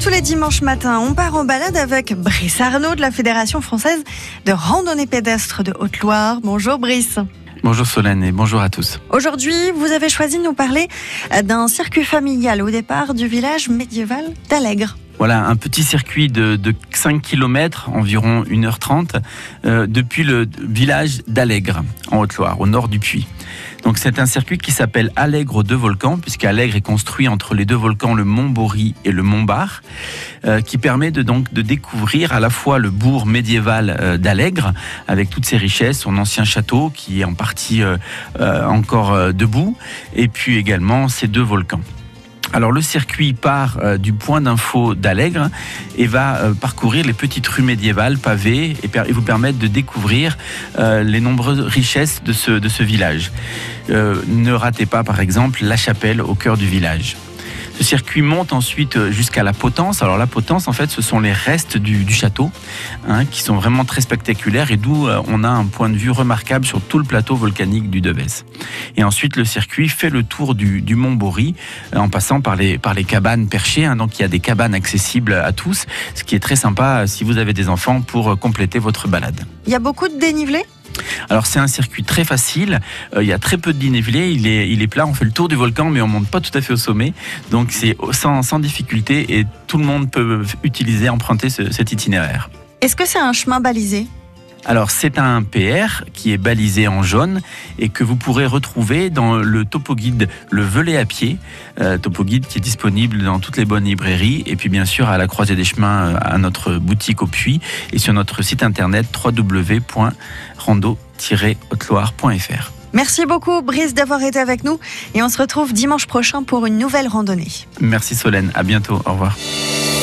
tous les dimanches matins, on part en balade avec Brice Arnaud de la Fédération française de randonnée pédestre de Haute-Loire. Bonjour Brice. Bonjour Solène et bonjour à tous. Aujourd'hui, vous avez choisi de nous parler d'un circuit familial au départ du village médiéval d'Allègre. Voilà, un petit circuit de 5 km, environ 1h30, depuis le village d'Allègre, en Haute-Loire, au nord du Puy. Donc c'est un circuit qui s'appelle Allègre aux deux volcans, puisqu'Allègre est construit entre les deux volcans, le mont Bory et le mont Bar, qui permet de découvrir à la fois le bourg médiéval d'Allègre, avec toutes ses richesses, son ancien château qui est en partie encore debout, et puis également ces deux volcans. Alors le circuit part du point d'info d'Allègre et va parcourir les petites rues médiévales pavées et vous permettre de découvrir les nombreuses richesses de ce village. Ne ratez pas par exemple la chapelle au cœur du village. Ce circuit monte ensuite jusqu'à la Potence. Alors la Potence, en fait, ce sont les restes du château qui sont vraiment très spectaculaires et d'où on a un point de vue remarquable sur tout le plateau volcanique du Devèze. Et ensuite, le circuit fait le tour du mont Bory en passant par les cabanes perchées. Donc il y a des cabanes accessibles à tous, ce qui est très sympa si vous avez des enfants pour compléter votre balade. Il y a beaucoup de dénivelé ? Alors c'est un circuit très facile, il y a très peu de dénivelé, il est plat, on fait le tour du volcan mais on monte pas tout à fait au sommet, donc c'est sans difficulté et tout le monde peut emprunter cet itinéraire. Est-ce que c'est un chemin balisé ? Alors c'est un PR qui est balisé en jaune et que vous pourrez retrouver dans le topo-guide Le Velay à pied, topo-guide qui est disponible dans toutes les bonnes librairies et puis bien sûr à la croisée des chemins à notre boutique au Puy et sur notre site internet www.rando-haute-loire.fr. Merci beaucoup Brice d'avoir été avec nous et on se retrouve dimanche prochain pour une nouvelle randonnée. Merci Solène, à bientôt, au revoir.